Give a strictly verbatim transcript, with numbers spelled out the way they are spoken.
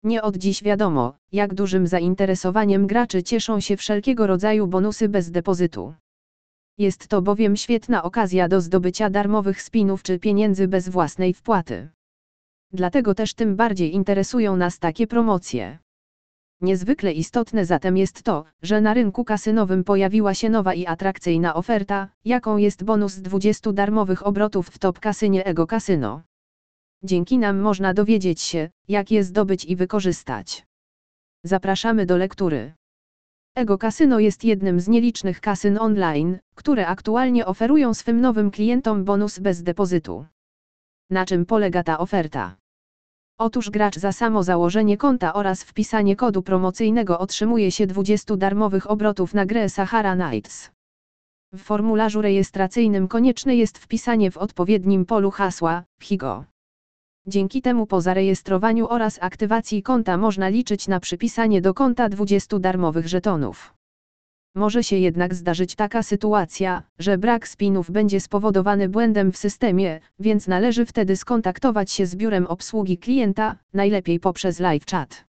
Nie od dziś wiadomo, jak dużym zainteresowaniem graczy cieszą się wszelkiego rodzaju bonusy bez depozytu. Jest to bowiem świetna okazja do zdobycia darmowych spinów czy pieniędzy bez własnej wpłaty. Dlatego też tym bardziej interesują nas takie promocje. Niezwykle istotne zatem jest to, że na rynku kasynowym pojawiła się nowa i atrakcyjna oferta, jaką jest bonus dwudziestu darmowych obrotów w Top Kasynie Ego Casino. Dzięki nam można dowiedzieć się, jak je zdobyć i wykorzystać. Zapraszamy do lektury. Ego Casino jest jednym z nielicznych kasyn online, które aktualnie oferują swym nowym klientom bonus bez depozytu. Na czym polega ta oferta? Otóż gracz za samo założenie konta oraz wpisanie kodu promocyjnego otrzymuje się dwadzieścia darmowych obrotów na grę Sahara Nights. W formularzu rejestracyjnym konieczne jest wpisanie w odpowiednim polu hasła Higo. Dzięki temu po zarejestrowaniu oraz aktywacji konta można liczyć na przypisanie do konta dwudziestu darmowych żetonów. Może się jednak zdarzyć taka sytuacja, że brak spinów będzie spowodowany błędem w systemie, więc należy wtedy skontaktować się z biurem obsługi klienta, najlepiej poprzez live chat.